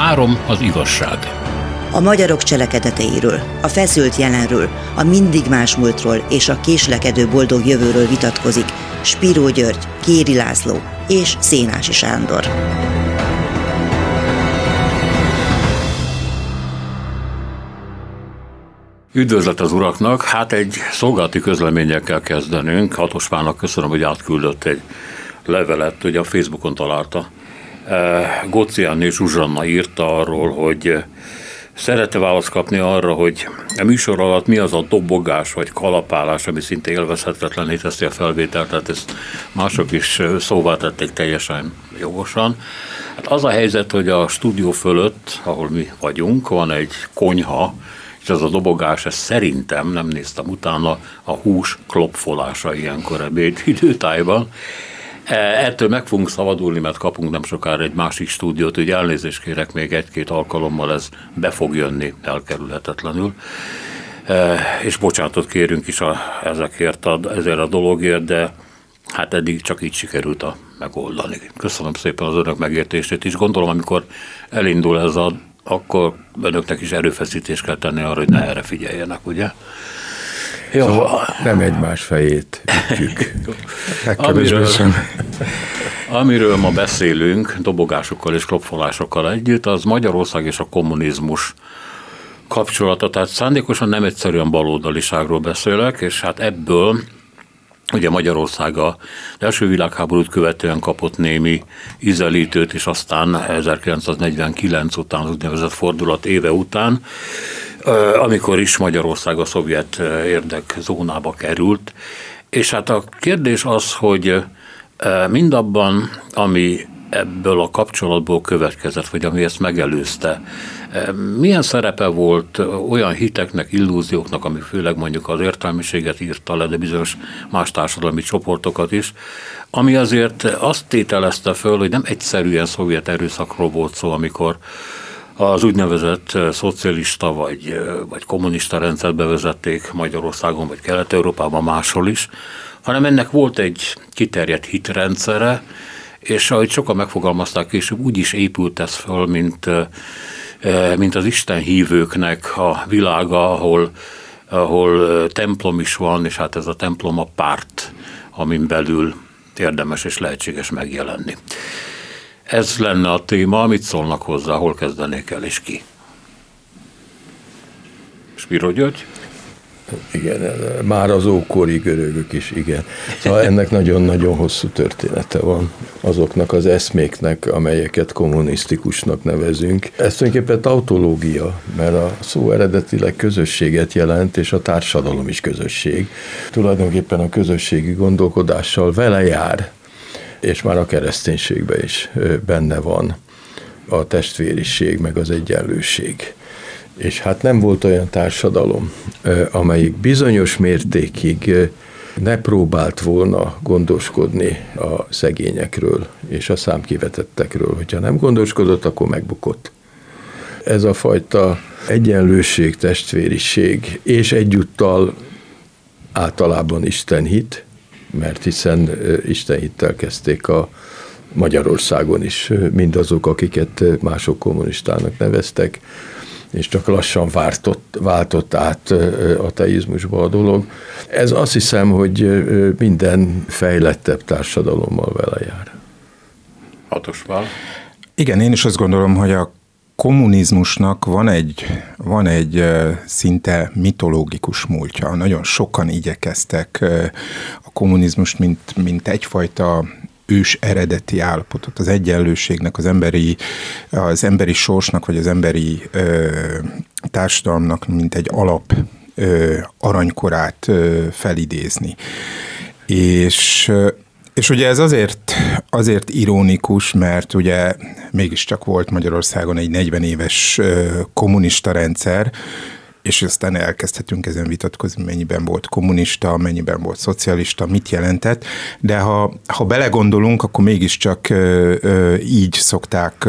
3. Az igazság. A magyarok cselekedeteiről, a feszült jelenről, a mindig más múltról és a késlekedő boldog jövőről vitatkozik Spiró György, Kéri László és Szénási Sándor. Üdvözlet az uraknak! Hát egy szolgálati közleménnyel kell kezdenünk. Hatospának köszönöm, hogy átküldött egy levelet, ugye a Facebookon találta. Gocián és Zsuzsanna írta arról, hogy szeretne választ kapni arra, hogy a műsor alatt mi az a dobogás vagy kalapálás, ami szinte élvezhetetlenné teszi a felvételt, tehát ezt mások is szóvá tették teljesen jogosan. Hát az a helyzet, hogy a stúdió fölött, ahol mi vagyunk, van egy konyha, és ez a dobogás, ez szerintem, nem néztem utána, a hús klopfolása ilyenkor ebéd időtájban. Ettől meg fogunk szabadulni, mert kapunk nem sokára egy másik stúdiót, hogy elnézést kérek, még egy-két alkalommal ez be fog jönni elkerülhetetlenül. És bocsánatot kérünk is ezért a dologért, de hát eddig csak így sikerült megoldani. Köszönöm szépen az önök megértését is. Gondolom, amikor elindul ez akkor önöknek is erőfeszítést kell tenni arra, hogy ne erre figyeljenek, ugye? Jó. Szóval nem egymás fejét ütjük. Amiről ma beszélünk, dobogásokkal és klopfolásokkal együtt, az Magyarország és a kommunizmus kapcsolata. Tehát szándékosan nem egyszerűen baloldaliságról beszélek, és hát ebből ugye Magyarország az első világháborút követően kapott némi ízelítőt, és aztán 1949 után, az úgynevezett fordulat éve után, amikor is Magyarország a szovjet érdekzónába került. És hát a kérdés az, hogy mindabban, ami ebből a kapcsolatból következett, vagy ami ezt megelőzte, milyen szerepe volt olyan hiteknek, illúzióknak, ami főleg mondjuk az értelmiséget írta le, de bizonyos más társadalmi csoportokat is, ami azért azt tételezte föl, hogy nem egyszerűen szovjet erőszakról volt szó, amikor az úgynevezett szocialista vagy kommunista rendszert bevezették Magyarországon, vagy Kelet-Európában, máshol is, hanem ennek volt egy kiterjedt hitrendszere, és ahogy sokan megfogalmazták később, úgy is épült ez föl, mint az Isten hívőknek a világa, ahol templom is van, és hát ez a templom a párt, amin belül érdemes és lehetséges megjelenni. Ez lenne a téma, mit szólnak hozzá, hol kezdenék el és ki? Spiró György? Igen, már az ókori görögök is, igen. Szóval ennek nagyon-nagyon hosszú története van azoknak az eszméknek, amelyeket kommunisztikusnak nevezünk. Ez tulajdonképpen tautológia, mert a szó eredetileg közösséget jelent, és a társadalom is közösség. Tulajdonképpen a közösségi gondolkodással vele jár, és már a kereszténységben is benne van a testvériség, meg az egyenlőség. És hát nem volt olyan társadalom, amelyik bizonyos mértékig ne próbált volna gondoskodni a szegényekről és a számkivetettekről. Hogyha nem gondoskodott, akkor megbukott. Ez a fajta egyenlőség, testvériség, és egyúttal általában istenhit, mert hiszen istenhittel kezdték a Magyarországon is mindazok, akiket mások kommunistának neveztek, és csak lassan váltott át ateizmusba a dolog. Ez azt hiszem, hogy minden fejlettebb társadalommal vele jár. Hatospál. Igen, én is azt gondolom, hogy a kommunizmusnak van egy szinte mitológikus múltja. Nagyon sokan igyekeztek a kommunizmust, mint egyfajta ős eredeti állapotot, az egyenlőségnek, az emberi sorsnak, vagy az emberi társadalomnak, mint egy alap aranykorát felidézni. És ugye ez azért ironikus, mert ugye mégiscsak volt Magyarországon egy 40 éves kommunista rendszer, és aztán elkezdhetünk ezen vitatkozni, mennyiben volt kommunista, mennyiben volt szocialista, mit jelentett, de ha belegondolunk, akkor mégiscsak így szokták,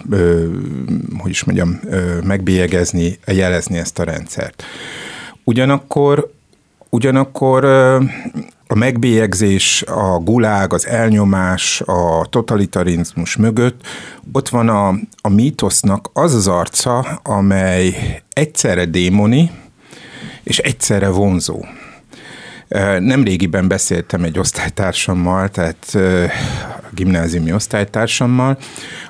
megbélyegezni, jelezni ezt a rendszert. Ugyanakkor a megbélyegzés, a gulág, az elnyomás, a totalitarizmus mögött ott van a mítosznak az az arca, amely egyszerre démoni és egyszerre vonzó. Nemrégiben beszéltem egy osztálytársammal, tehát a gimnáziumi osztálytársammal,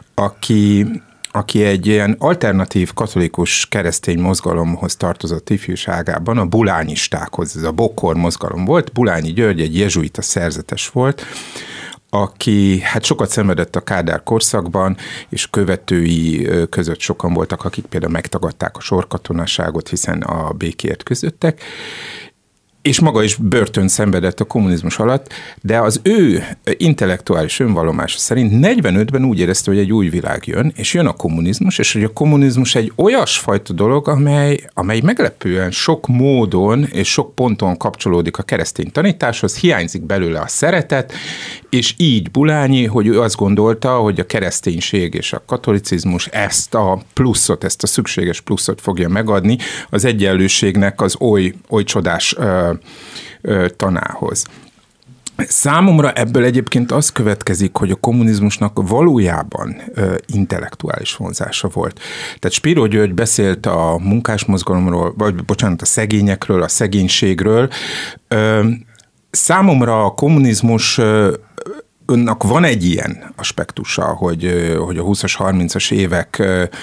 aki egy ilyen alternatív katolikus keresztény mozgalomhoz tartozott ifjúságában, a bulányistákhoz, ez a Bokor mozgalom volt. Bulányi György egy jezsuita szerzetes volt, aki hát sokat szenvedett a Kádár korszakban, és követői között sokan voltak, akik például megtagadták a sorkatonaságot, hiszen a békért küzdöttek, és maga is börtön szenvedett a kommunizmus alatt, de az ő intellektuális önvallomása szerint 45-ben úgy érezte, hogy egy új világ jön, és jön a kommunizmus, és hogy a kommunizmus egy olyasfajta dolog, amely meglepően sok módon és sok ponton kapcsolódik a keresztény tanításhoz, hiányzik belőle a szeretet, és így Bulányi, hogy ő azt gondolta, hogy a kereszténység és a katolicizmus ezt a pluszot, ezt a szükséges pluszot fogja megadni az egyenlőségnek az oly csodás tanához. Számomra ebből egyébként az következik, hogy a kommunizmusnak valójában intellektuális vonzása volt. Tehát Spiro György beszélt a munkásmozgalomról, a szegényekről, a szegénységről. Számomra a kommunizmus önnek van egy ilyen aspektusa, hogy a 20-as, 30-as évek,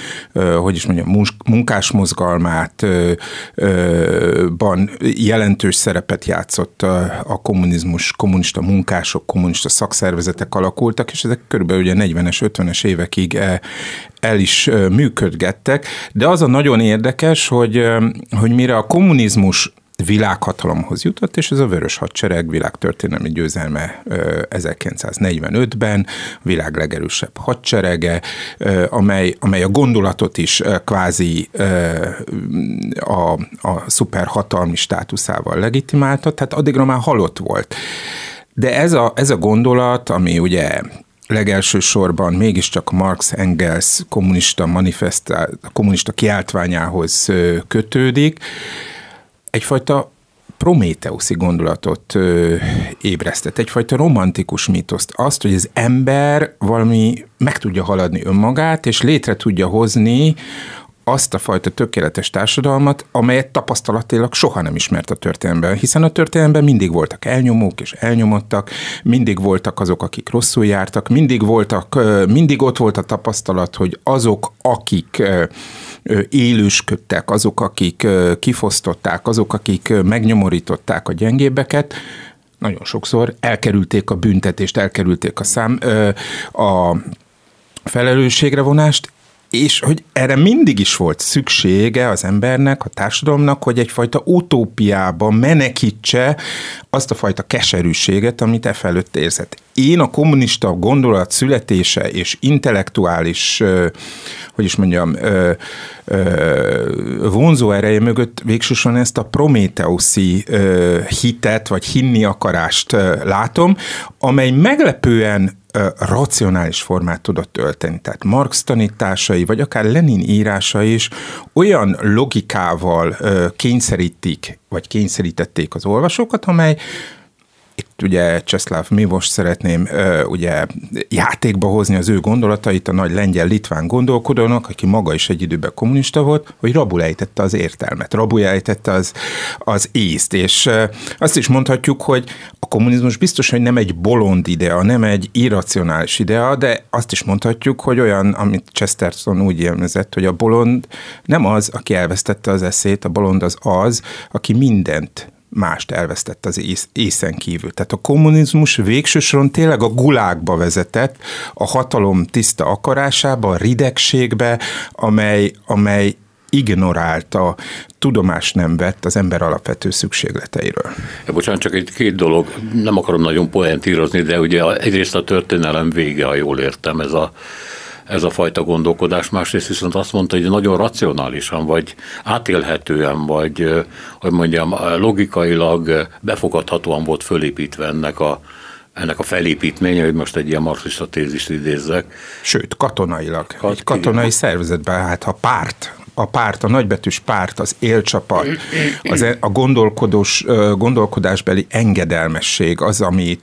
munkásmozgalmátban jelentős szerepet játszott a kommunizmus, kommunista munkások, kommunista szakszervezetek alakultak, és ezek körülbelül ugye 40-es, 50-es évekig el is működgettek, de az a nagyon érdekes, hogy mire a kommunizmus világhatalomhoz jutott, és ez a Vörös Hadsereg világtörténelmi győzelme 1945-ben, a világ legerősebb hadserege, amely a gondolatot is kvázi a szuperhatalmi státuszával legitimálta, tehát addigra már halott volt. De ez a gondolat, ami ugye legelső sorban mégiscsak Marx-Engels kommunista kiáltványához kötődik, egyfajta prométeuszi gondolatot ébresztett, egyfajta romantikus mítoszt. Azt, hogy az ember valami meg tudja haladni önmagát, és létre tudja hozni azt a fajta tökéletes társadalmat, amelyet tapasztalatilag soha nem ismert a történelemben, hiszen a történelemben mindig voltak elnyomók és elnyomottak, mindig voltak azok, akik rosszul jártak, mindig ott volt a tapasztalat, hogy azok, akik élősködtek, azok, akik kifosztották, azok, akik megnyomorították a gyengébbeket, nagyon sokszor elkerülték a büntetést, elkerülték a felelősségre vonást, és hogy erre mindig is volt szüksége az embernek, a társadalomnak, hogy egyfajta utópiába menekítse azt a fajta keserűséget, amit felett érzett. Én a kommunista gondolat születése és intellektuális, vonzó ereje mögött végsősorban ezt a prométeuszi hitet, vagy hinni akarást látom, amely meglepően racionális formát tudott ölteni. Tehát Marx tanításai, vagy akár Lenin írása is olyan logikával kényszerítik, vagy kényszerítették az olvasókat, amely itt ugye Czesław Miłosz szeretném ugye játékba hozni az ő gondolatait, a nagy lengyel-litván gondolkodónak, aki maga is egy időben kommunista volt, hogy rabul ejtette az értelmet, rabul ejtette az észt, és azt is mondhatjuk, hogy a kommunizmus biztos, hogy nem egy bolond idea, nem egy irracionális idea, de azt is mondhatjuk, hogy olyan, amit Chesterton úgy jelmezett, hogy a bolond nem az, aki elvesztette az eszét, a bolond az, aki mindent mást elvesztett az észen kívül. Tehát a kommunizmus végső soron tényleg a gulágba vezetett, a hatalom tiszta akarásába, a ridegségbe, amely ignorálta, tudomást nem vett az ember alapvető szükségleteiről. Bocsánat, csak két dolog, nem akarom nagyon poentírozni, de ugye egyrészt a történelem vége, ha jól értem, ez a fajta gondolkodás, másrészt viszont azt mondta, hogy nagyon racionálisan, vagy átélhetően, vagy hogy mondjam, logikailag befogadhatóan volt fölépítve ennek a felépítménye, hogy most egy ilyen marxista tézist idézzek. Sőt, katonailag. Egy katonai szervezetben, hát ha a párt, a nagybetűs párt, az élcsapat, a gondolkodásbeli engedelmesség az,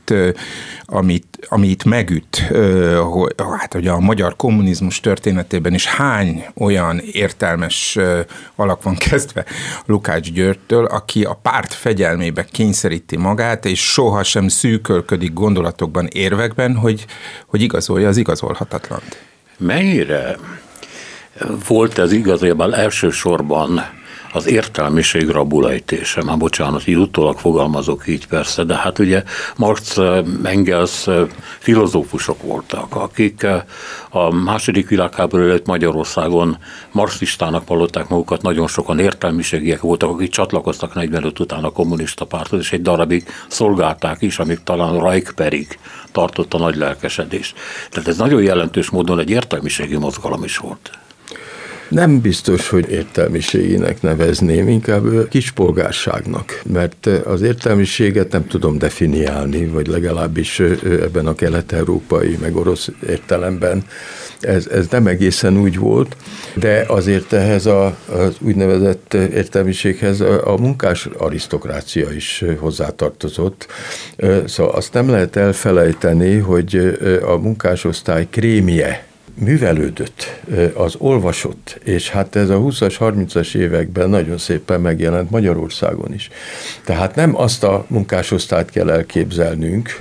amit megüt, hát ugye a magyar kommunizmus történetében is hány olyan értelmes alak van kezdve Lukács Györgytől, aki a párt fegyelmébe kényszeríti magát, és sohasem szűkölködik gondolatokban, érvekben, hogy igazolja az igazolhatatlant. Mennyire volt ez igazából elsősorban az értelmiség rabulejtése? Már bocsánat, így utólag fogalmazok így persze, de hát ugye Marx, Engels filozófusok voltak, akik a második világháború előtt Magyarországon marxistának vallották magukat, nagyon sokan értelmiségiek voltak, akik csatlakoztak 45 után a kommunista párthoz, és egy darabig szolgálták is, amíg talán Reich-perig tartott a nagy lelkesedés. Tehát ez nagyon jelentős módon egy értelmiségi mozgalom is volt. Nem biztos, hogy értelmiségének nevezném, inkább kispolgárságnak, mert az értelmiséget nem tudom definiálni, vagy legalábbis ebben a kelet-európai, meg orosz értelemben ez nem egészen úgy volt, de azért ehhez az úgynevezett értelmiséghez a munkás arisztokrácia is hozzátartozott. Szóval azt nem lehet elfelejteni, hogy a munkásosztály krémje művelődött, az olvasott, és hát ez a 20-as, 30-as években nagyon szépen megjelent Magyarországon is. Tehát nem azt a munkásosztályt kell elképzelnünk,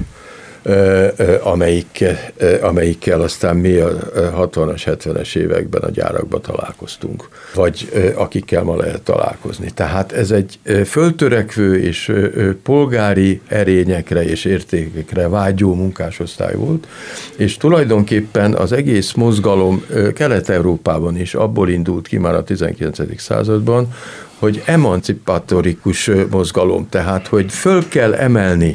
amelyikkel aztán mi a 60-as, 70-es években a gyárakba találkoztunk, vagy akikkel ma lehet találkozni. Tehát ez egy föltörekvő és polgári erényekre és értékekre vágyó munkásosztály volt, és tulajdonképpen az egész mozgalom Kelet-Európában is abból indult ki már a 19. században, hogy emancipatorikus mozgalom, tehát hogy föl kell emelni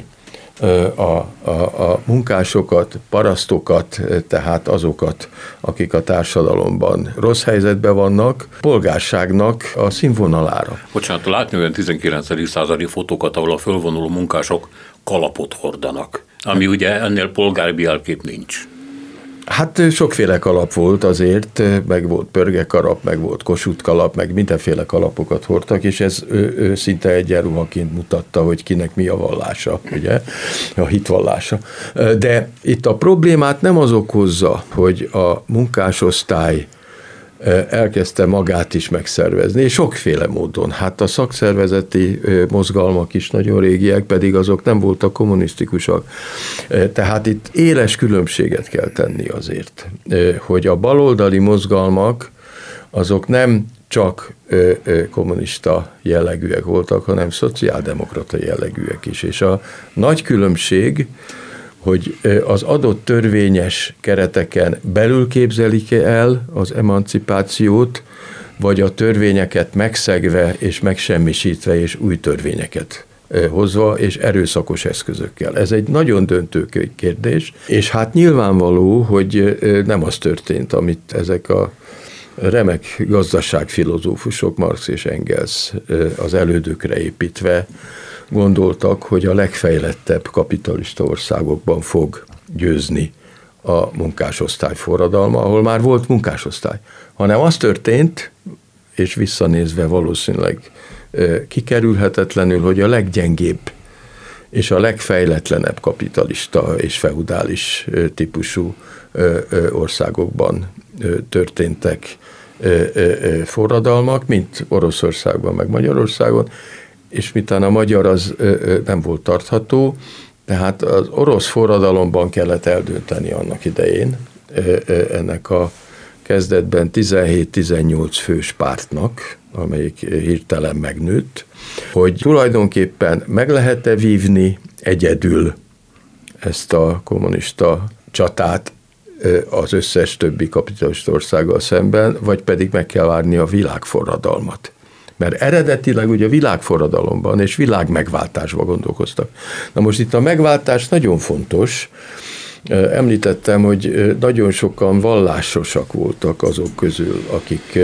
a munkásokat, parasztokat, tehát azokat, akik a társadalomban rossz helyzetben vannak, polgárságnak a színvonalára. Bocsánat, látni olyan 19. századi fotókat, ahol a fölvonuló munkások kalapot hordanak, ami ugye ennél polgári jelkép nincs. Hát sokféle kalap volt azért, meg volt pörgekalap, meg volt Kossuth kalap, meg mindenféle kalapokat hordtak, és ez szinte egyenruhaként mutatta, hogy kinek mi a vallása, ugye, a hitvallása. De itt a problémát nem az okozza, hogy a munkásosztály elkezdte magát is megszervezni, és sokféle módon. Hát a szakszervezeti mozgalmak is nagyon régiek, pedig azok nem voltak kommunisztikusak. Tehát itt éles különbséget kell tenni azért, hogy a baloldali mozgalmak azok nem csak kommunista jellegűek voltak, hanem szociáldemokrata jellegűek is. És a nagy különbség, hogy az adott törvényes kereteken belül képzelik el az emancipációt, vagy a törvényeket megszegve és megsemmisítve és új törvényeket hozva, és erőszakos eszközökkel. Ez egy nagyon döntő kérdés, és hát nyilvánvaló, hogy nem az történt, amit ezek a remek gazdaságfilozófusok, Marx és Engels az elődökre építve gondoltak, hogy a legfejlettebb kapitalista országokban fog győzni a munkásosztály forradalma, ahol már volt munkásosztály, hanem az történt, és visszanézve valószínűleg kikerülhetetlenül, hogy a leggyengébb és a legfejletlenebb kapitalista és feudális típusú országokban történtek forradalmak, mint Oroszországban, meg Magyarországon, és miután a magyar az nem volt tartható, tehát az orosz forradalomban kellett eldönteni annak idején ennek a kezdetben 17-18 fős pártnak, amelyik hirtelen megnőtt, hogy tulajdonképpen meg lehet-e vívni egyedül ezt a kommunista csatát az összes többi kapitalista országgal szemben, vagy pedig meg kell várni a világforradalmat. Mert eredetileg ugye világforradalomban és világmegváltásban gondolkoztak. Na most itt a megváltás nagyon fontos. Említettem, hogy nagyon sokan vallásosak voltak azok közül, akik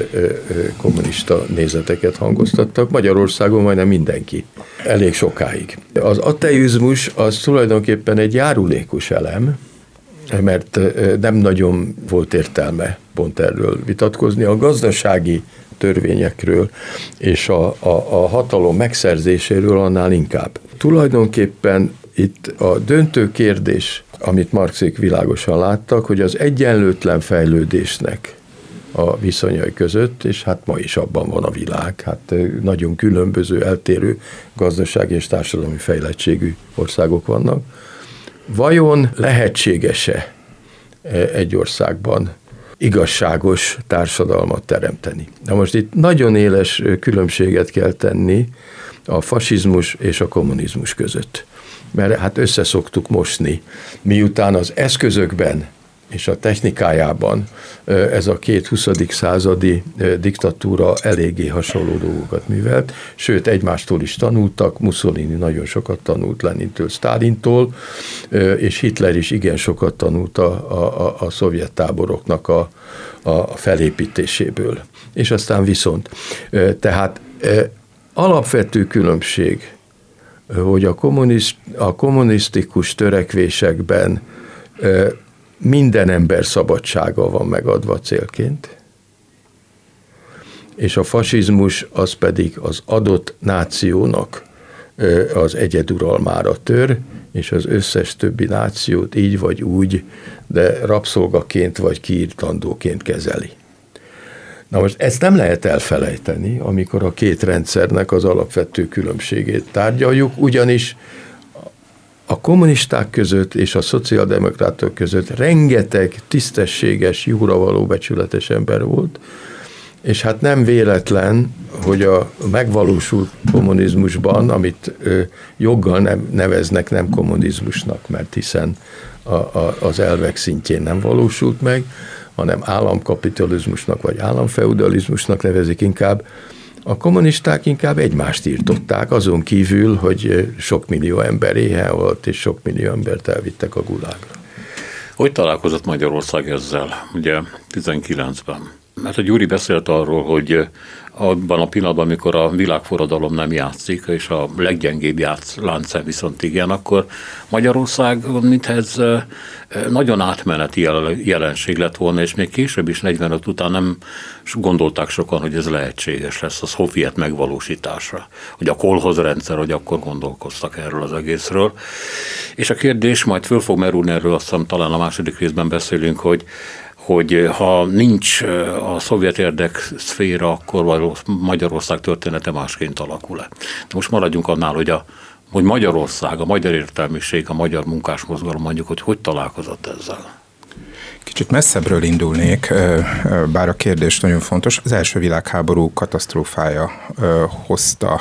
kommunista nézeteket hangoztattak. Magyarországon majdnem mindenki. Elég sokáig. Az ateizmus az tulajdonképpen egy járulékos elem, mert nem nagyon volt értelme pont erről vitatkozni. A gazdasági törvényekről és a hatalom megszerzéséről annál inkább. Tulajdonképpen itt a döntő kérdés, amit Marxék világosan láttak, hogy az egyenlőtlen fejlődésnek a viszonyai között, és hát ma is abban van a világ, hát nagyon különböző, eltérő gazdasági és társadalmi fejlettségű országok vannak. Vajon lehetséges-e egy országban igazságos társadalmat teremteni? Na most itt nagyon éles különbséget kell tenni a fasizmus és a kommunizmus között. Mert hát összeszoktuk mosni, miután az eszközökben és a technikájában ez a két 20. századi diktatúra eléggé hasonló dolgokat művelt, sőt egymástól is tanultak, Mussolini nagyon sokat tanult Lenintől, Sztálintól, és Hitler is igen sokat tanult a szovjet táboroknak a felépítéséből. És aztán viszont. Tehát alapvető különbség, hogy a kommunisztikus törekvésekben minden ember szabadsága van megadva célként, és a fasizmus az pedig az adott nációnak az egyeduralmára tör, és az összes többi nációt így vagy úgy, de rabszolgaként vagy kiirtandóként kezeli. Na most ezt nem lehet elfelejteni, amikor a két rendszernek az alapvető különbségét tárgyaljuk, ugyanis a kommunisták között és a szociáldemokrátok között rengeteg tisztességes, jóra való, becsületes ember volt, és hát nem véletlen, hogy a megvalósult kommunizmusban, amit joggal neveznek nem kommunizmusnak, mert hiszen az elvek szintjén nem valósult meg, hanem államkapitalizmusnak vagy államfeudalizmusnak nevezik inkább, a kommunisták inkább egymást írtották, azon kívül, hogy sok millió ember éhen volt, és sok millió embert elvittek a gulágra. Hogy találkozott Magyarország ezzel, ugye 19-ben? Mert a Gyuri beszélt arról, hogy abban a pillanatban, amikor a világforradalom nem játszik, és a leggyengébb láncszem viszont igen, akkor Magyarország, mintha ez nagyon átmeneti jelenség lett volna, és még később is 45 után nem gondolták sokan, hogy ez lehetséges lesz a szovjet megvalósításra, hogy a kolhozrendszer, hogy akkor gondolkoztak erről az egészről. És a kérdés majd föl fog merülni erről, azt hiszem talán a második részben beszélünk, hogy ha nincs a szovjet érdekszféra, akkor Magyarország története másként alakul-e. De most maradjunk annál, hogy Magyarország, a magyar értelmiség, a magyar munkásmozgalom mondjuk, hogy találkozott ezzel. Kicsit messzebbről indulnék, bár a kérdés nagyon fontos. Az első világháború katasztrófája hozta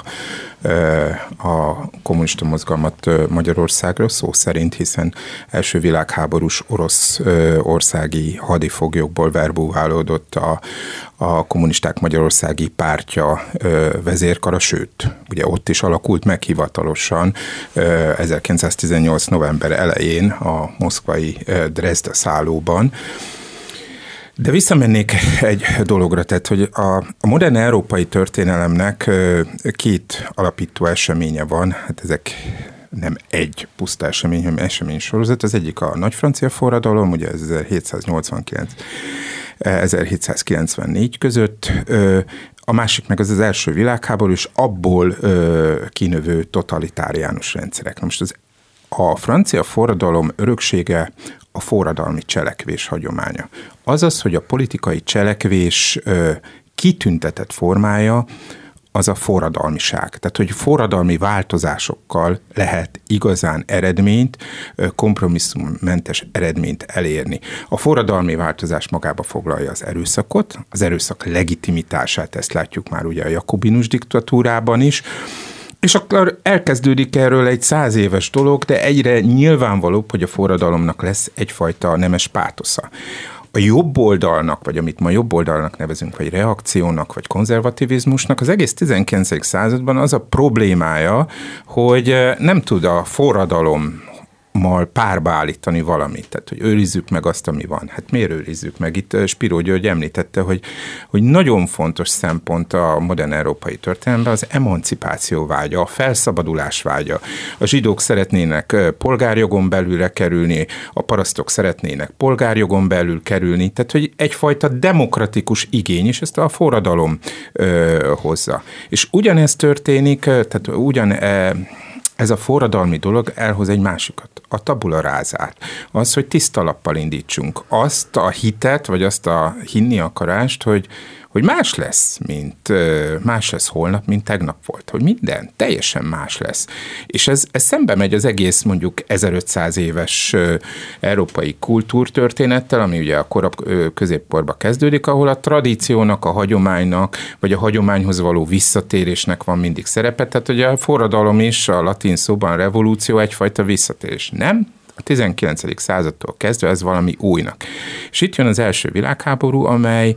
a kommunista mozgalmat Magyarországra, szó szerint, hiszen első világháborús orosz országi hadifoglyokból verbúválódott a kommunisták magyarországi pártja vezérkara, sőt, ugye ott is alakult meg hivatalosan 1918. november elején a moszkvai Dresda szállóban. De visszamennék egy dologra, tehát, hogy a modern európai történelemnek két alapító eseménye van, hát ezek nem egy puszta esemény, hanem eseménysorozat. Az egyik a nagy francia forradalom, ugye ez 1789-1794 között, a másik meg az első világháború, és abból kinövő totalitáriánus rendszerek. Na most a francia forradalom öröksége a forradalmi cselekvés hagyománya. Azaz, hogy a politikai cselekvés kitüntetett formája az a forradalmiság. Tehát, hogy forradalmi változásokkal lehet igazán eredményt, kompromisszummentes eredményt elérni. A forradalmi változás magába foglalja az erőszakot, az erőszak legitimitását, ezt látjuk már ugye a jakobinus diktatúrában is, és akkor elkezdődik erről egy 100 éves dolog, de egyre nyilvánvalóbb, hogy a forradalomnak lesz egyfajta nemes pátosza. A jobb oldalnak, vagy amit ma jobb oldalnak nevezünk, vagy reakciónak, vagy konzervativizmusnak, az egész 19. században az a problémája, hogy nem tud a forradalom párba állítani valamit, tehát hogy őrizzük meg azt, ami van. Hát miért őrizzük meg? Itt Spiró György említette, hogy nagyon fontos szempont a modern európai történelemben az emancipáció vágya, a felszabadulás vágya. A zsidók szeretnének polgárjogon belülre kerülni, a parasztok szeretnének polgárjogon belül kerülni, tehát hogy egyfajta demokratikus igény, és ezt a forradalom hozza. És ugyanez történik, tehát ez a forradalmi dolog elhoz egy másikat, a tabula rását. Az, hogy tiszta lappal indítsunk. Azt a hitet, vagy azt a hinni akarást, hogy más lesz, más lesz holnap, mint tegnap volt. Hogy minden teljesen más lesz. És ez szembe megy az egész mondjuk 1500 éves európai kultúrtörténettel, ami ugye a korabb középkorba kezdődik, ahol a tradíciónak, a hagyománynak, vagy a hagyományhoz való visszatérésnek van mindig szerepe. Tehát ugye a forradalom is, a latin szóban a revolúció egyfajta visszatérés. Nem? A 19. századtól kezdve ez valami újnak. És itt jön az első világháború, amely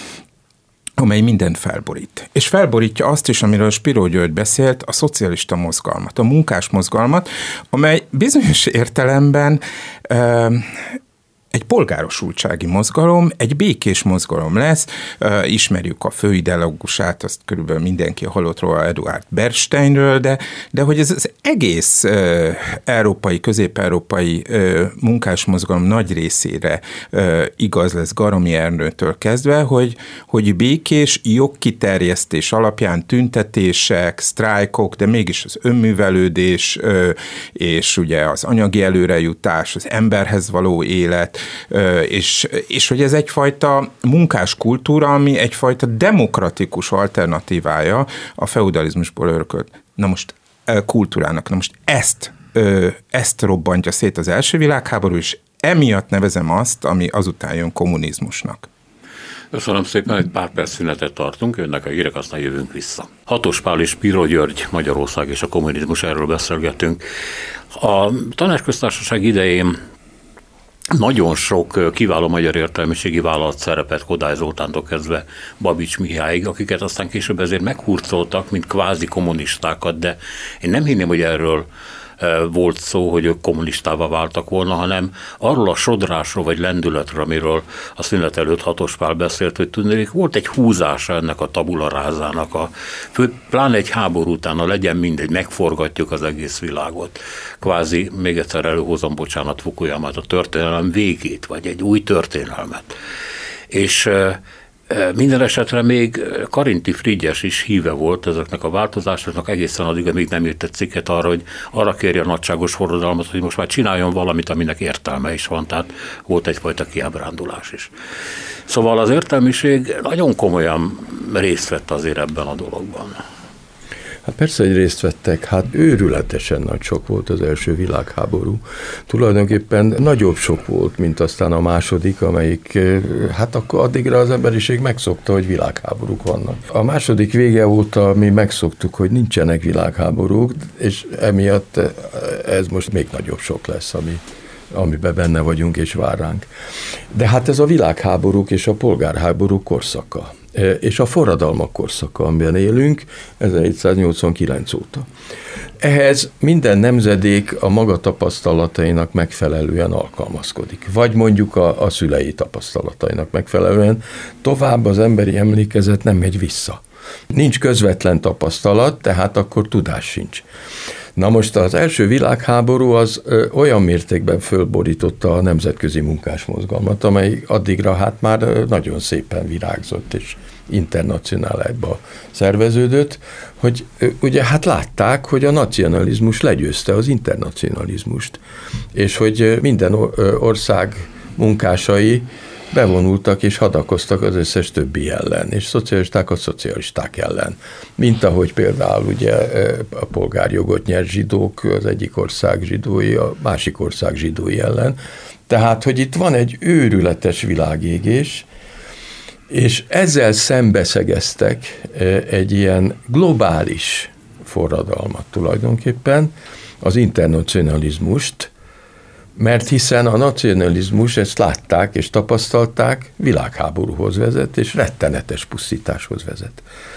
mindent felborít. És felborítja azt is, amiről Spiró György beszélt, a szocialista mozgalmat, a munkás mozgalmat, amely bizonyos értelemben egy polgárosultsági mozgalom, egy békés mozgalom lesz, ismerjük a főideológusát, azt körülbelül mindenki hallott róla, Eduard Bernsteinről, de hogy ez az egész európai, közép-európai munkásmozgalom nagy részére igaz lesz Garomi Ernőtől kezdve, hogy békés jogkiterjesztés alapján tüntetések, sztrájkok, de mégis az önművelődés, és ugye az anyagi előrejutás, az emberhez való élet, és hogy ez egyfajta munkáskultúra, ami egyfajta demokratikus alternatívája a feudalizmusból örökölt. Na most kultúrának. Na most ezt robbantja szét az első világháború, és emiatt nevezem azt, ami azután jön kommunizmusnak. Köszönöm szépen, egy pár perc szünetet tartunk, jönnek a hírek, aztán jövünk vissza. Hatos Pál és Spiró György, Magyarország és a kommunizmus, erről beszélgetünk. A Tanácsköztársaság idején nagyon sok kiváló magyar értelmiségi vállalat szerepet Kodály Zoltántól kezdve Babics Mihályig, akiket aztán később ezért meghurcoltak, mint kvázi kommunistákat, de én nem hinném, hogy erről volt szó, hogy ők kommunistává váltak volna, hanem arról a sodrásról vagy lendületről, amiről a szünet előtt Hatos Pál beszélt, hogy tudnék, volt egy húzása ennek a tabula rázának, pláne egy háború utána, legyen mindegy, megforgatjuk az egész világot. Kvázi, még egyszer előhozom, bocsánat, Fukuyamát, a történelem végét, vagy egy új történelmet. És minden esetre még Karinti Frigyes is híve volt ezeknek a változásoknak egészen addig, amíg nem írt egy cikket arra, hogy arra kérje a nagyságos forradalmat, hogy most már csináljon valamit, aminek értelme is van, tehát volt egyfajta kiábrándulás is. Szóval az értelmiség nagyon komolyan részt vett azért ebben a dologban. Hát persze, hogy részt vettek, hát őrületesen nagy sok volt az első világháború. Tulajdonképpen nagyobb sok volt, mint aztán a második, amelyik, hát akkor addigra az emberiség megszokta, hogy világháborúk vannak. A második vége óta mi megszoktuk, hogy nincsenek világháborúk, és emiatt ez most még nagyobb sok lesz, amiben benne vagyunk és vár ránk. De hát ez a világháborúk és a polgárháborúk korszaka, és a forradalmak korszaka, amiben élünk 1789 óta. Ehhez minden nemzedék a maga tapasztalatainak megfelelően alkalmazkodik, vagy mondjuk a szülei tapasztalatainak megfelelően. Tovább az emberi emlékezet nem megy vissza. Nincs közvetlen tapasztalat, tehát akkor tudás sincs. Na most az első világháború az olyan mértékben fölborította a nemzetközi munkásmozgalmat, amely addigra hát már nagyon szépen virágzott és internacionálisba szerveződött, hogy ugye hát látták, hogy a nacionalizmus legyőzte az internacionalizmust, és hogy minden ország munkásai bevonultak és hadakoztak az összes többi ellen, és szocialisták a szocialisták ellen. Mint ahogy például ugye a polgárjogot nyert zsidók, az egyik ország zsidói, a másik ország zsidói ellen. Tehát, hogy itt van egy őrületes világégés, és ezzel szembeszegeztek egy ilyen globális forradalmat tulajdonképpen, az internacionalizmust, mert hiszen a nacionalizmus, ezt látták és tapasztalták, világháborúhoz vezet, és rettenetes pusztításhoz vezet.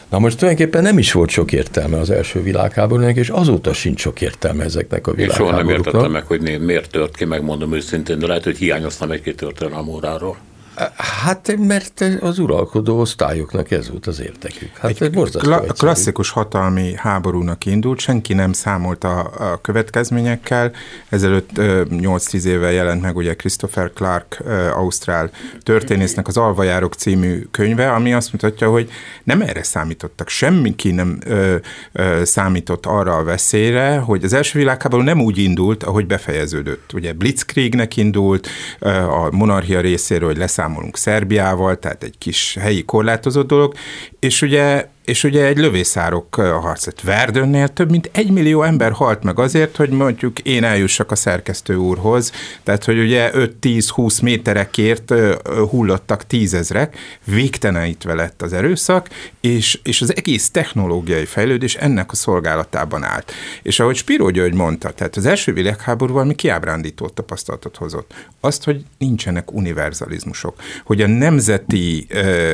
Na most tulajdonképpen nem is volt sok értelme az első világháborúnak, és azóta sincs sok értelme ezeknek a világháborúknak. Én soha nem értettem meg, hogy miért tört ki, megmondom őszintén, de lehet, hogy hiányoztam egy-két történelem óráról. Hát, mert az uralkodó osztályoknak ez volt az érdekük. Hát egy klasszikus hatalmi háborúnak indult, senki nem számolt a következményekkel. Ezelőtt 8-10 éve jelent meg ugye Christopher Clark, ausztrál történésznek az Alvajárok című könyve, ami azt mutatja, hogy nem erre számítottak. Semmiki nem számított arra a veszélyre, hogy az első világháború nem úgy indult, ahogy befejeződött. Ugye Blitzkriegnek indult, a monarchia részéről, hogy leszámolunk Szerbiával, tehát egy kis helyi korlátozott dolog, és ugye egy lövészárok harc. Verdönnél több mint 1 millió ember halt meg azért, hogy mondjuk én eljussak a szerkesztő úrhoz, tehát hogy ugye 5-10-20 méterekért hullottak 10 000-ek, végtelenítve lett az erőszak, és az egész technológiai fejlődés ennek a szolgálatában állt. És ahogy Spiró György mondta, tehát az első világháborúval mi kiábrándító tapasztalatot hozott. Azt, hogy nincsenek univerzalizmusok, hogy a nemzeti,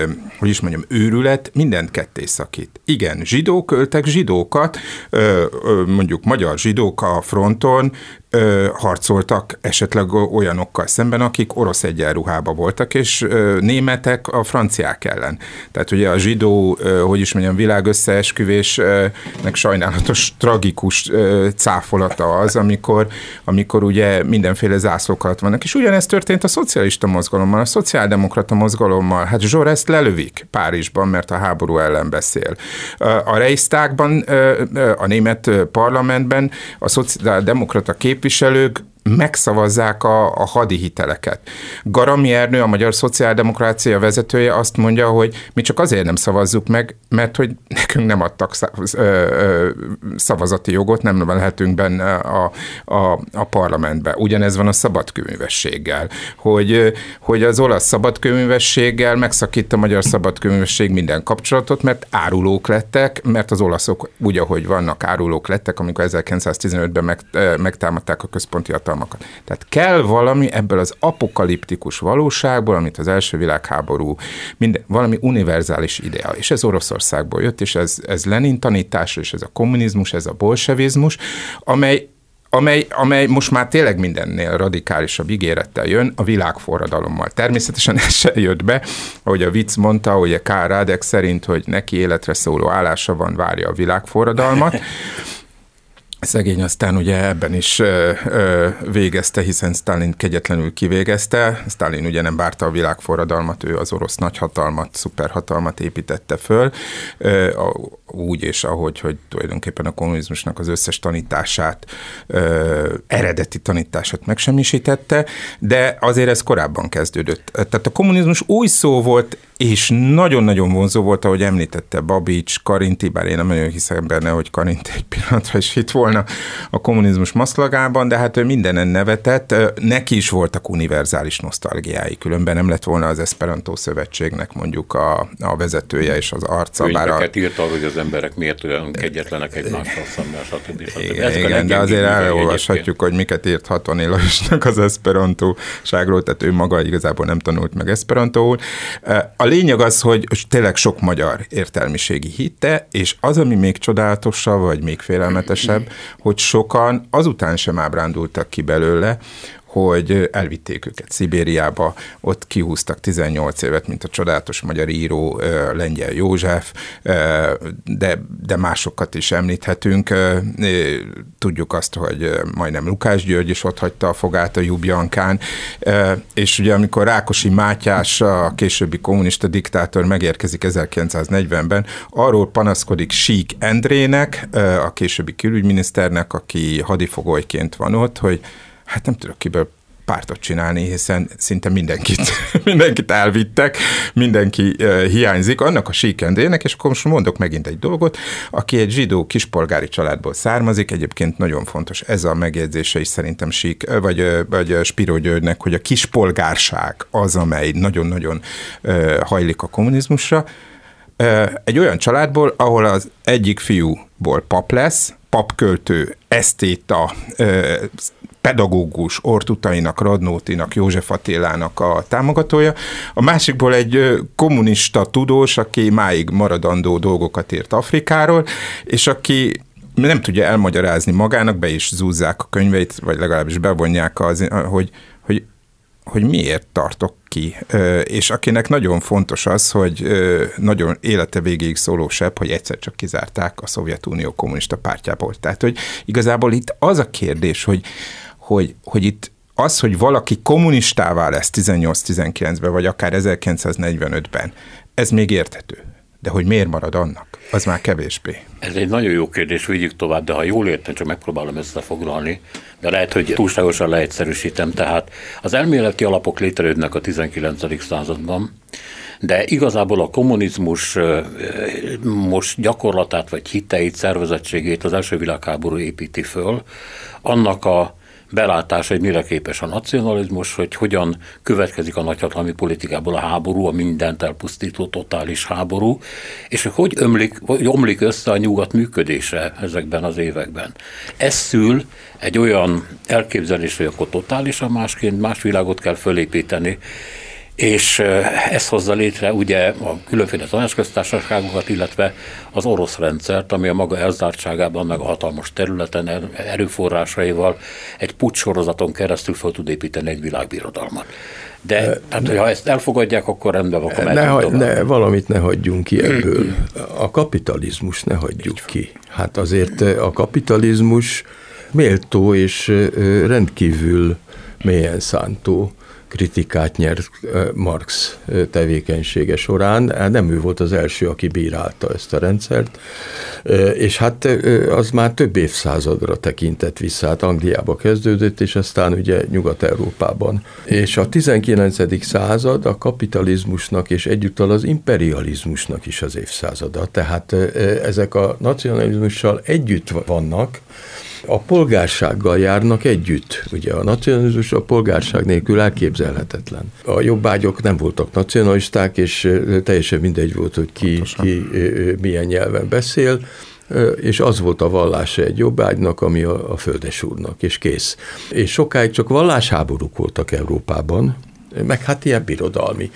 őrület mindent ketté szakít. Igen, zsidók öltek zsidókat, mondjuk magyar zsidók a fronton harcoltak esetleg olyanokkal szemben, akik orosz egyenruhában voltak, és németek a franciák ellen. Tehát ugye a zsidó, világösszeesküvésnek sajnálatos, tragikus cáfolata az, amikor ugye mindenféle zászlók alatt vannak. És ugyanezt történt a szocialista mozgalommal, a szociáldemokrata mozgalommal. Hát Zsorest lelövik Párizsban, mert a háború ellen beszél. A Reichstagban, a német parlamentben a szociáldemokrata képviselők megszavazzák a hadihiteleket. Garami Ernő, a magyar szociáldemokrácia vezetője azt mondja, hogy mi csak azért nem szavazzuk meg, mert hogy nekünk nem adtak szavazati jogot, nem lehetünk benne a parlamentbe. Ugyanez van a szabadkőművességgel, hogy az olasz szabadkőművességgel megszakít a magyar szabadkőművesség minden kapcsolatot, mert árulók lettek, mert az olaszok úgy, ahogy vannak, árulók lettek, amikor 1915-ben megtámadták a központi hatalmat. Tehát kell valami ebből az apokaliptikus valóságból, amit az első világháború, valami univerzális idea. És ez Oroszországból jött, és ez Lenin tanítása, és ez a kommunizmus, ez a bolsevizmus, amely most már tényleg mindennél radikálisabb ígérettel jön, a világforradalommal. Természetesen ez se jött be, ahogy a vicc mondta, hogy Karl Radek szerint, hogy neki életre szóló állása van, várja a világforradalmat. Szegény aztán ugye ebben is végezte, hiszen Sztálin kegyetlenül kivégezte. Sztálin ugye nem várta a világforradalmat, ő az orosz nagyhatalmat, szuperhatalmat építette föl, úgy és ahogy, hogy tulajdonképpen a kommunizmusnak az összes tanítását, eredeti tanítását megsemmisítette, de azért ez korábban kezdődött. Tehát a kommunizmus új szó volt, és nagyon-nagyon vonzó volt, ahogy említette Babics, Karinti, bár én nem nagyon hiszem benne, hogy Karinti egy pillanatra is itt volna a kommunizmus maszlagában, de hát ő mindenen nevetett. Neki is voltak univerzális nosztalgiái, különben nem lett volna az Esperanto Szövetségnek mondjuk a vezetője és az arca. Könyveket írt arra, hogy az emberek miért olyan kegyetlenek egymással szemben, stb. Igen, de azért elolvashatjuk, hogy miket írt Hatvani Lajosnak az esperantóságról, tehát ő maga igazából nem tanult meg esperantóul. A lényeg az, hogy tényleg sok magyar értelmiségi hitte, és az, ami még csodálatosabb, vagy még félelmetesebb, hogy sokan azután sem ábrándultak ki belőle, hogy elvitték őket Szibériába, ott kihúztak 18 évet, mint a csodálatos magyar író Lengyel József, de másokat is említhetünk. Tudjuk azt, hogy majdnem Lukács György is ott hagyta a fogát a Ljubljankán, és ugye amikor Rákosi Mátyás, a későbbi kommunista diktátor megérkezik 1940-ben, arról panaszkodik Sík Endrének, a későbbi külügyminiszternek, aki hadifogolyként van ott, hogy hát nem tudok kiből pártot csinálni, hiszen szinte mindenkit elvittek, mindenki hiányzik, annak a Sík Endrének, és akkor most mondok megint egy dolgot, aki egy zsidó kispolgári családból származik, egyébként nagyon fontos ez a megjegyzése is szerintem vagy Spiró Györgynek, hogy a kispolgárság az, amely nagyon-nagyon hajlik a kommunizmusra, egy olyan családból, ahol az egyik fiúból pap lesz, papköltő, esztéta, pedagógus, Orth Utainak, Radnótinak, József Attilának a támogatója, a másikból egy kommunista tudós, aki máig maradandó dolgokat írt Afrikáról, és aki nem tudja elmagyarázni magának, be is zúzzák a könyveit, vagy legalábbis bevonják, hogy miért tartok ki. És akinek nagyon fontos az, hogy nagyon élete végéig szóló sebb, hogy egyszer csak kizárták a Szovjetunió kommunista pártjából. Tehát, hogy igazából itt az a kérdés, hogy itt az, hogy valaki kommunistává lesz 18-19-ben, vagy akár 1945-ben, ez még érthető. De hogy miért marad annak, az már kevésbé. Ez egy nagyon jó kérdés, vigyük tovább, de ha jól értem, csak megpróbálom összefoglalni, de lehet, hogy túlságosan leegyszerűsítem. Tehát az elméleti alapok létrejönnek a 19. században, de igazából a kommunizmus most gyakorlatát, vagy hiteit, szervezettségét az első világháború építi föl, annak a belátása, hogy mire képes a nacionalizmus, hogy hogyan következik a nagyhatalmi politikából a háború, a mindent elpusztító totális háború, és hogy omlik össze a nyugat működése ezekben az években. Ez szül egy olyan elképzelés, hogy akkor totálisan másként, más világot kell fölépíteni, és ez hozza létre ugye a különféle tanácsköztársaságokat, illetve az orosz rendszert, ami a maga elzártságában, meg a hatalmas területen, erőforrásaival egy puccsorozaton keresztül fel tud építeni egy világbirodalmat. De tehát, ha ezt elfogadják, akkor rendben van. Valamit ne hagyjunk ki ebből. A kapitalizmus ne hagyjuk ki. Hát azért a kapitalizmus méltó és rendkívül mélyen szántó kritikát nyert Marx tevékenysége során. Nem ő volt az első, aki bírálta ezt a rendszert, és hát az már több évszázadra tekintett vissza, hát Angliába kezdődött, és aztán ugye Nyugat-Európában. És a 19. század a kapitalizmusnak és egyúttal az imperializmusnak is az évszázada, tehát ezek a nacionalizmussal együtt vannak, a polgársággal járnak együtt. Ugye a nacionalizmus a polgárság nélkül elképzelhetetlen. A jobbágyok nem voltak nacionalisták, és teljesen mindegy volt, hogy ki milyen nyelven beszél, és az volt a vallása egy jobbágynak, ami a földesúrnak, és kész. És sokáig csak vallásháborúk voltak Európában, meg hát ilyen birodalmi.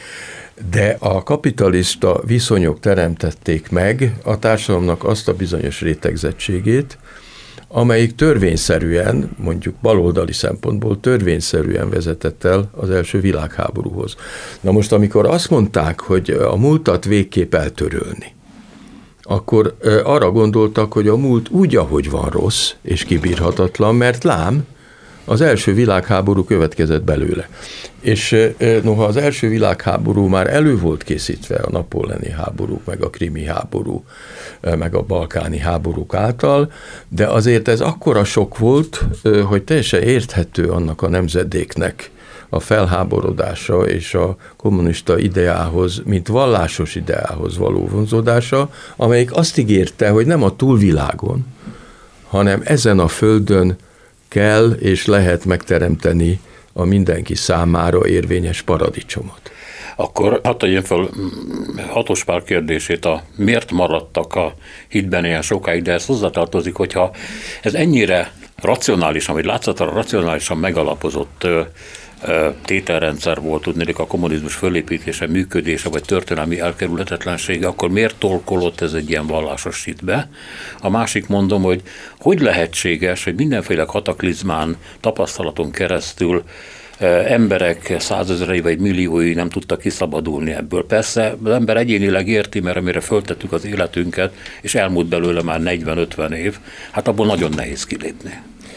De a kapitalista viszonyok teremtették meg a társadalomnak azt a bizonyos rétegzettségét, amelyik törvényszerűen, mondjuk baloldali szempontból törvényszerűen vezetett el az első világháborúhoz. Na most, amikor azt mondták, hogy a múltat végképp eltörölni, akkor arra gondoltak, hogy a múlt úgy, ahogy van rossz és kibírhatatlan, mert lám, az első világháború következett belőle. És noha az első világháború már elő volt készítve a napóleoni háborúk, meg a krimi háború, meg a balkáni háborúk által, de azért ez akkora sok volt, hogy teljesen érthető annak a nemzedéknek a felháborodása és a kommunista ideához, mint vallásos ideához való vonzódása, amelyik azt ígérte, hogy nem a túlvilágon, hanem ezen a földön kell és lehet megteremteni a mindenki számára érvényes paradicsomot. Akkor hadd tegyem fel Hatos Pál kérdését, miért maradtak a hitben ilyen sokáig, de ez hozzátartozik, hogyha ez ennyire racionálisan, vagy látszatra racionálisan megalapozott tételrendszer volt, tudnék a kommunizmus fölépítése, működése, vagy történelmi elkerülhetetlensége, akkor miért tolkolott ez egy ilyen vallásos hitbe? A másik mondom, hogy lehetséges, hogy mindenféle kataklizmán, tapasztalaton keresztül emberek százezrei vagy milliói nem tudtak kiszabadulni ebből. Persze az ember egyénileg érti, mert amire föltettük az életünket, és elmúlt belőle már 40-50 év, hát abból nagyon nehéz kilépni.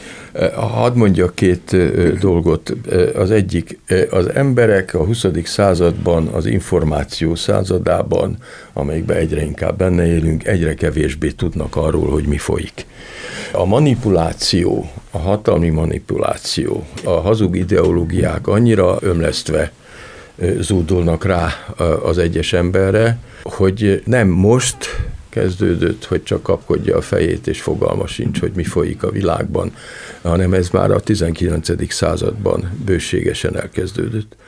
Hadd mondjak két dolgot. Az egyik, az emberek a 20. században, az információ századában, amelyikben egyre inkább benne élünk, egyre kevésbé tudnak arról, hogy mi folyik. A manipuláció, a hatalmi manipuláció, a hazug ideológiák annyira ömlesztve zúdulnak rá az egyes emberre, hogy nem most kezdődött, hogy csak kapkodja a fejét, és fogalma sincs, hogy mi folyik a világban, hanem ez már a 19. században bőségesen elkezdődött.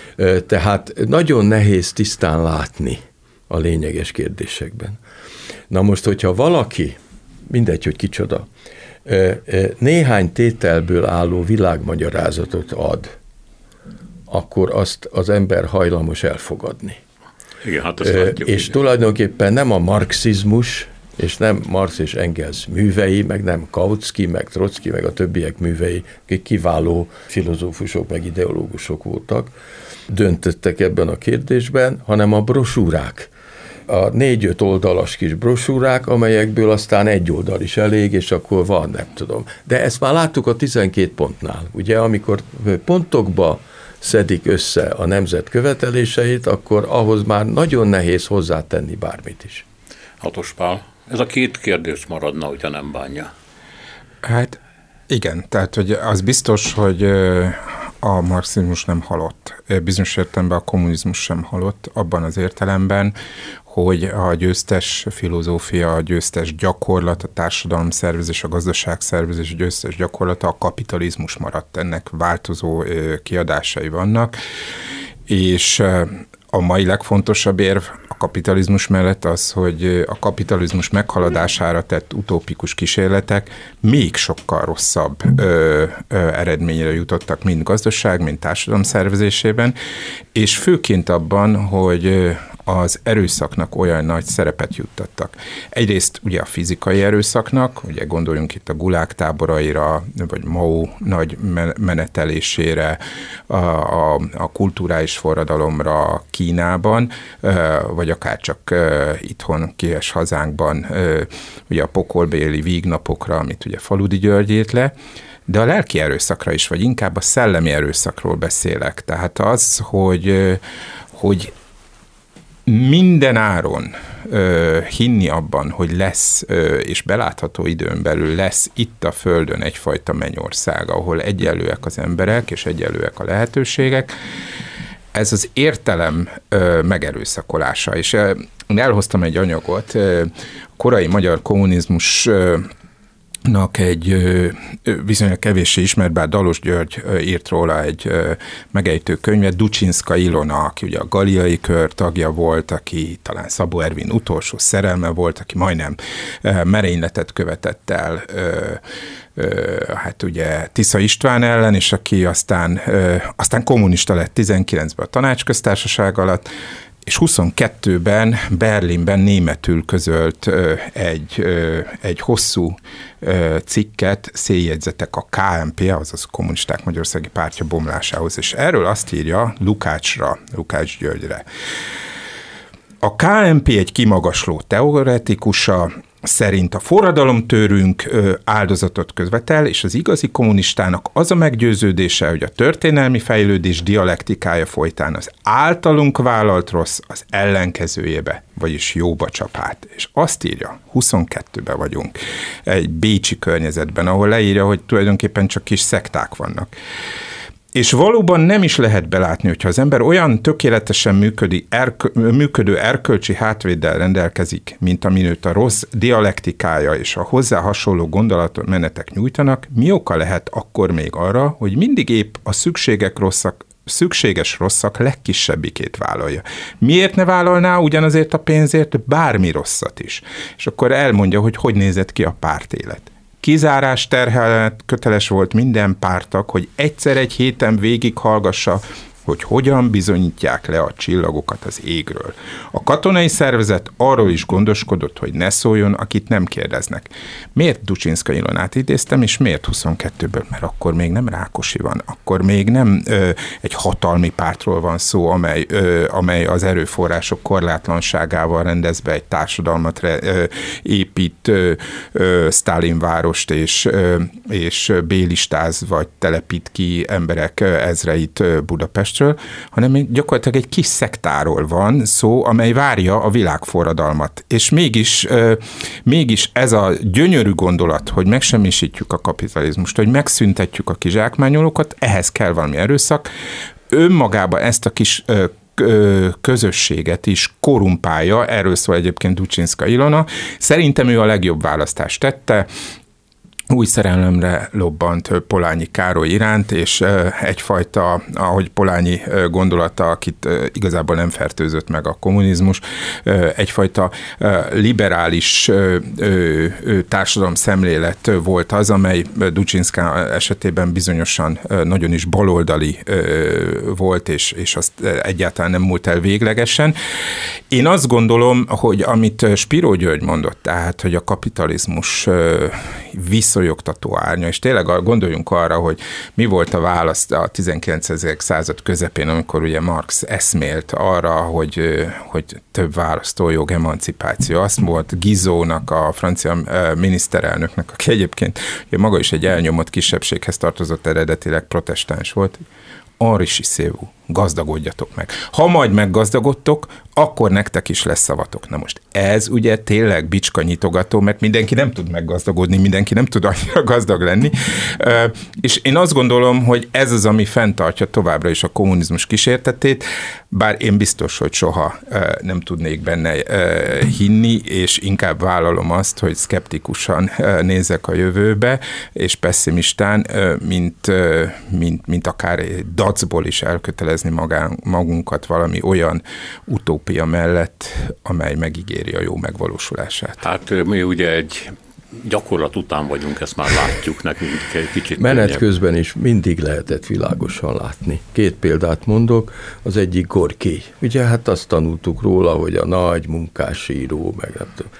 Tehát nagyon nehéz tisztán látni a lényeges kérdésekben. Na most, hogyha valaki, mindegy, hogy kicsoda, néhány tételből álló világmagyarázatot ad, akkor azt az ember hajlamos elfogadni. Igen, hát ezt látjuk. És tulajdonképpen nem a marxizmus, és nem Marx és Engels művei, meg nem Kautsky, meg Trotsky, meg a többiek művei, akik kiváló filozófusok, meg ideológusok voltak, döntöttek ebben a kérdésben, hanem a brosúrák. A 4-5 oldalas kis brosúrák, amelyekből aztán egy oldal is elég, és akkor van, nem tudom. De ezt már láttuk a 12 pontnál, ugye, amikor pontokba szedik össze a nemzet követeléseit, akkor ahhoz már nagyon nehéz hozzátenni bármit is. Hatos Pál, ez a 2 kérdés maradna, hogyha nem bánja. Hát igen, tehát hogy az biztos, hogy a marxizmus nem halott. Bizonyos értelemben a kommunizmus sem halott, abban az értelemben, hogy a győztes filozófia, a győztes gyakorlat, a társadalomszervezés, a gazdaságszervezés győztes gyakorlata, a kapitalizmus maradt. Ennek változó kiadásai vannak, és a mai legfontosabb érv a kapitalizmus mellett az, hogy a kapitalizmus meghaladására tett utópikus kísérletek még sokkal rosszabb eredményre jutottak, mind gazdaság, mind társadalom szervezésében, és főként abban, hogy az erőszaknak olyan nagy szerepet juttattak. Egyrészt ugye a fizikai erőszaknak, ugye gondoljunk itt a gulág táboraira, vagy Mao nagy menetelésére, a kulturális forradalomra Kínában, vagy akár csak itthon, kies hazánkban, ugye a pokolbéli vígnapokra, amit ugye Faludi György írt le, de a lelki erőszakra is, vagy inkább a szellemi erőszakról beszélek. Tehát az, hogy minden áron hinni abban, hogy lesz, és belátható időn belül lesz itt a Földön egyfajta mennyország, ahol egyenlőek az emberek, és egyenlőek a lehetőségek, ez az értelem megerőszakolása. És elhoztam egy anyagot, a korai magyar kommunizmus egy viszonylag kevéssé ismert, bár Dalos György írt róla egy megejtő könyvet, Ducsinszka Ilona, aki ugye a Galliai Kör tagja volt, aki talán Szabó Ervin utolsó szerelme volt, aki majdnem merényletet követett el hát ugye Tisza István ellen, és aki aztán kommunista lett 19-ben a Tanácsköztársaság alatt, és 22-ben Berlinben németül közölt egy hosszú cikket, széljegyzetek a KMP, azaz Kommunisták Magyarországi Pártja bomlásához, és erről azt írja Lukács Györgyre. A KMP egy kimagasló teoretikusa, szerint a forradalomtőrünk áldozatot követel, és az igazi kommunistának az a meggyőződése, hogy a történelmi fejlődés dialektikája folytán az általunk vállalt rossz az ellenkezőjébe, vagyis jóba csap át. És azt írja, 22-ben vagyunk, egy bécsi környezetben, ahol leírja, hogy tulajdonképpen csak kis szekták vannak. És valóban nem is lehet belátni, hogyha az ember olyan tökéletesen működő erkölcsi hátvéddel rendelkezik, mint aminőt a rossz dialektikája és a hozzá hasonló gondolatmenetek nyújtanak, mi oka lehet akkor még arra, hogy mindig épp a szükséges rosszak legkisebbikét vállalja. Miért ne vállalná ugyanazért a pénzért bármi rosszat is? És akkor elmondja, hogy nézett ki a pártélet. Kizárás terhelet köteles volt minden pártag, hogy egyszer egy héten végighallgassa, hogy hogyan bizonyítják le a csillagokat az égről. A katonai szervezet arról is gondoskodott, hogy ne szóljon, akit nem kérdeznek. Miért Ducsinszka Ilonát idéztem, és miért 22-ből? Mert akkor még nem Rákosi van, akkor még nem egy hatalmi pártról van szó, amely az erőforrások korlátlanságával rendez be egy társadalmat, épít Sztálin várost, és bélistáz, vagy telepít ki emberek ezreit Budapest, hanem gyakorlatilag egy kis szektáról van szó, amely várja a világforradalmat. És mégis ez a gyönyörű gondolat, hogy megsemmisítjük a kapitalizmust, hogy megszüntetjük a kizsákmányolókat, ehhez kell valami erőszak, önmagában ezt a kis közösséget is korrumpálja, erről szól egyébként Ducsinszka Ilona. Szerintem ő a legjobb választást tette, új szerelemre lobbant Polanyi Károly iránt, és egyfajta, ahogy Polanyi gondolata, akit igazából nem fertőzött meg a kommunizmus, egyfajta liberális társadalom szemlélet volt az, amely Dudzsinszka esetében bizonyosan nagyon is baloldali volt, és azt egyáltalán nem múlt el véglegesen. Én azt gondolom, hogy amit Spiró György mondott, tehát, hogy a kapitalizmus visszajogtató árnya, és tényleg gondoljunk arra, hogy mi volt a válasz a 19. század közepén, amikor ugye Marx eszmélt arra, hogy több választójog, emancipáció. Azt volt Guizotnak, a francia miniszterelnöknek, aki egyébként ugye maga is egy elnyomott kisebbséghez tartozott, eredetileg protestáns volt, enrichissez-vous, gazdagodjatok meg. Ha majd meggazdagodtok, akkor nektek is lesz szavatok. Na most ez ugye tényleg bicska nyitogató, mert mindenki nem tud meggazdagodni, mindenki nem tud annyira gazdag lenni, és én azt gondolom, hogy ez az, ami fenntartja továbbra is a kommunizmus kísértetét, bár én biztos, hogy soha nem tudnék benne hinni, és inkább vállalom azt, hogy szkeptikusan nézek a jövőbe, és pessimistán, mint akár egy dacból is elkötelezni magunkat valami olyan utópia mellett, amely megígéri a jó megvalósulását. Hát mi ugye egy gyakorlat után vagyunk, ezt már látjuk nekünk egy kicsit. Menet könnyebb. Közben is mindig lehetett világosan látni. 2 példát mondok, az egyik Gorki. Ugye hát azt tanultuk róla, hogy a nagy munkásíró, meg nem tudom.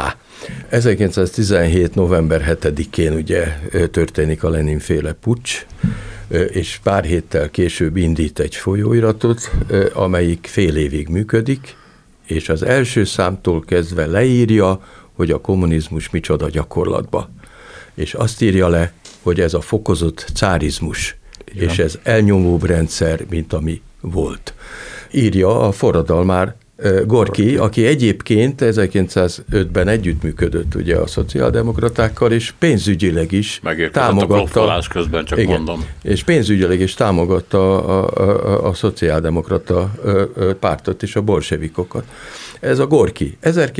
1917. november 7-én ugye történik a Lenin-féle puccs, és pár héttel később indít egy folyóiratot, amelyik fél évig működik, és az első számtól kezdve leírja, hogy a kommunizmus micsoda gyakorlatba. És azt írja le, hogy ez a fokozott cárizmus, ja. És ez elnyomóbb rendszer, mint ami volt. Írja a forradalmár Gorki, aki egyébként 1905-ben együttműködött ugye a szociáldemokratákkal, és pénzügyileg is támogatta. A közben csak igen, mondom. És pénzügyileg is támogatta a szociáldemokrata pártot és a bolsevikokat. Ez a Gorki.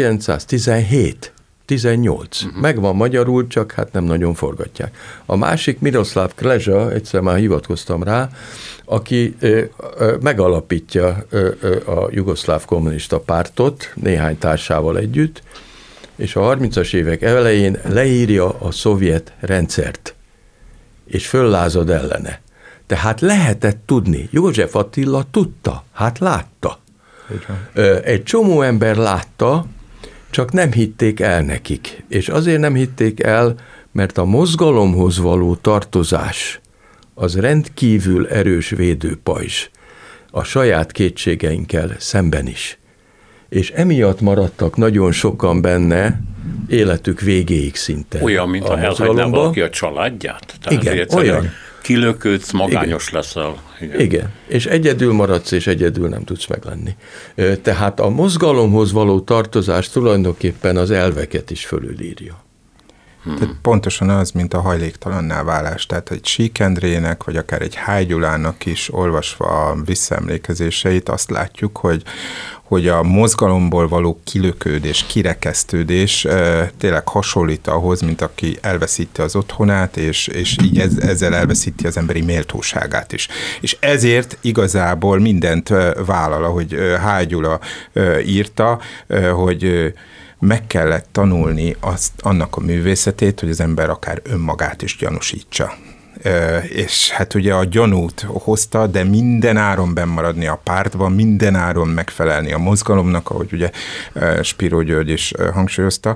1918. Megvan magyarul, csak hát nem nagyon forgatják. A másik Miroslav Klezsa, egyszer már hivatkoztam rá, aki megalapítja a jugoszláv kommunista pártot néhány társával együtt, és a 30-as évek elején leírja a szovjet rendszert, és föllázad ellene. Tehát lehetett tudni. József Attila tudta, hát látta. Egy csomó ember látta, csak nem hitték el nekik. És azért nem hitték el, mert a mozgalomhoz való tartozás az rendkívül erős védőpajzs a saját kétségeinkkel szemben is. És emiatt maradtak nagyon sokan benne életük végéig szinte. Olyan, mintha elhagynál valaki a családját? Tehát igen, olyan. Kilöködsz, magányos igen. leszel. Igen, és egyedül maradsz, és egyedül nem tudsz meglenni. Tehát a mozgalomhoz való tartozás tulajdonképpen az elveket is fölülírja. Tehát pontosan az, mint a hajléktalanná válás. Tehát egy Sík Endrének, vagy akár egy Háj Gyulának is olvasva a visszaemlékezéseit, azt látjuk, hogy a mozgalomból való kilökődés, kirekesztődés tényleg hasonlít ahhoz, mint aki elveszíti az otthonát, és így ezzel elveszíti az emberi méltóságát is. És ezért igazából mindent vállal, ahogy Háj Gyula írta, hogy meg kellett tanulni annak a művészetét, hogy az ember akár önmagát is gyanúsítsa. És hát ugye a gyanút hozta, de minden áron benn maradni a pártban, minden áron megfelelni a mozgalomnak, ahogy ugye Spiró György is hangsúlyozta.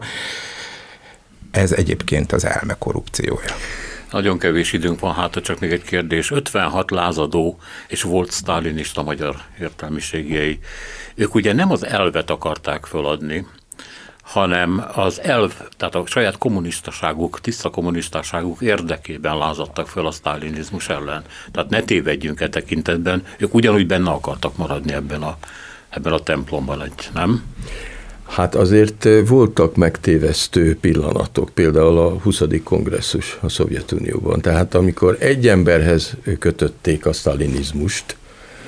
Ez egyébként az elme korrupciója. Nagyon kevés időnk van, hát csak még egy kérdés. 56 lázadó és volt sztálinista magyar értelmiségiei. Ők ugye nem az elvet akarták föladni, hanem az elv, tehát a saját kommunistaságuk, tiszta kommunistaságuk érdekében lázadtak föl a sztálinizmus ellen. Tehát ne tévedjünk e tekintetben, ők ugyanúgy benne akartak maradni ebben a templomban, nem? Hát azért voltak megtévesztő pillanatok, például a 20. kongresszus a Szovjetunióban. Tehát amikor egy emberhez kötötték a sztálinizmust,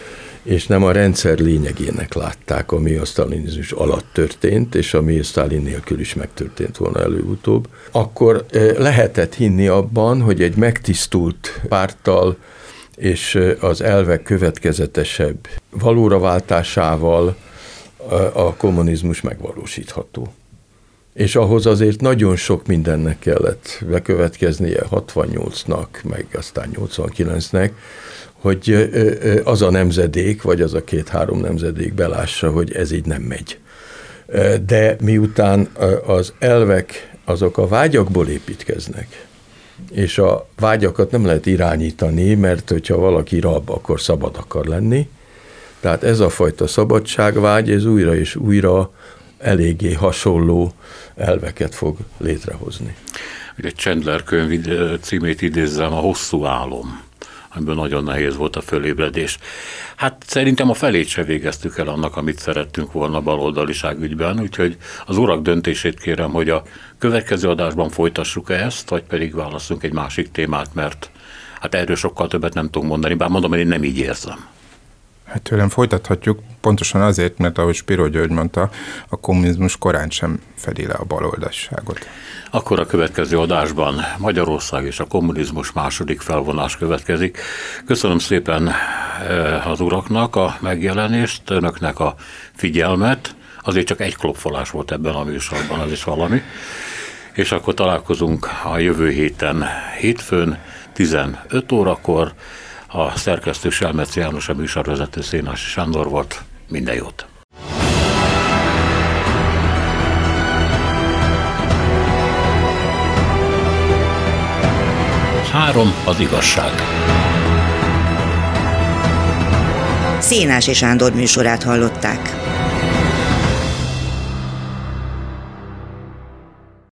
és nem a rendszer lényegének látták, ami a sztálinizmus alatt történt, és ami Sztálin nélkül is megtörtént volna előutóbb, akkor lehetett hinni abban, hogy egy megtisztult párttal és az elvek következetesebb valóra váltásával a kommunizmus megvalósítható. És ahhoz azért nagyon sok mindennek kellett bekövetkeznie 68-nak, meg aztán 89-nek, hogy az a nemzedék, vagy az a 2-3 nemzedék belássa, hogy ez így nem megy. De miután az elvek azok a vágyakból építkeznek, és a vágyakat nem lehet irányítani, mert hogyha valaki rab, akkor szabad akar lenni. Tehát ez a fajta szabadságvágy, ez újra és újra eléggé hasonló elveket fog létrehozni. Egy Chandler könyv címét idézzem, A hosszú álom, amiből nagyon nehéz volt a fölébredés. Hát szerintem a felét se végeztük el annak, amit szerettünk volna baloldaliság ügyben, úgyhogy az urak döntését kérem, hogy a következő adásban folytassuk ezt, vagy pedig válasszunk egy másik témát, mert hát erről sokkal többet nem tudunk mondani, bár mondom, hogy én nem így érzem. Hát tőlem folytathatjuk, pontosan azért, mert ahogy Spiro György mondta, a kommunizmus korán sem fedi le a baloldaliságot. Akkor a következő adásban Magyarország és a kommunizmus második felvonás következik. Köszönöm szépen az uraknak a megjelenést, önöknek a figyelmet. Azért csak egy klopfolás volt ebben a műsorban, az is valami. És akkor találkozunk a jövő héten, hétfőn, 15 órakor. A szerkesztő Selmeci János, a műsorvezető Szénási Sándor volt. Minden jót! 3 az igazság. Szénási Sándor műsorát hallották.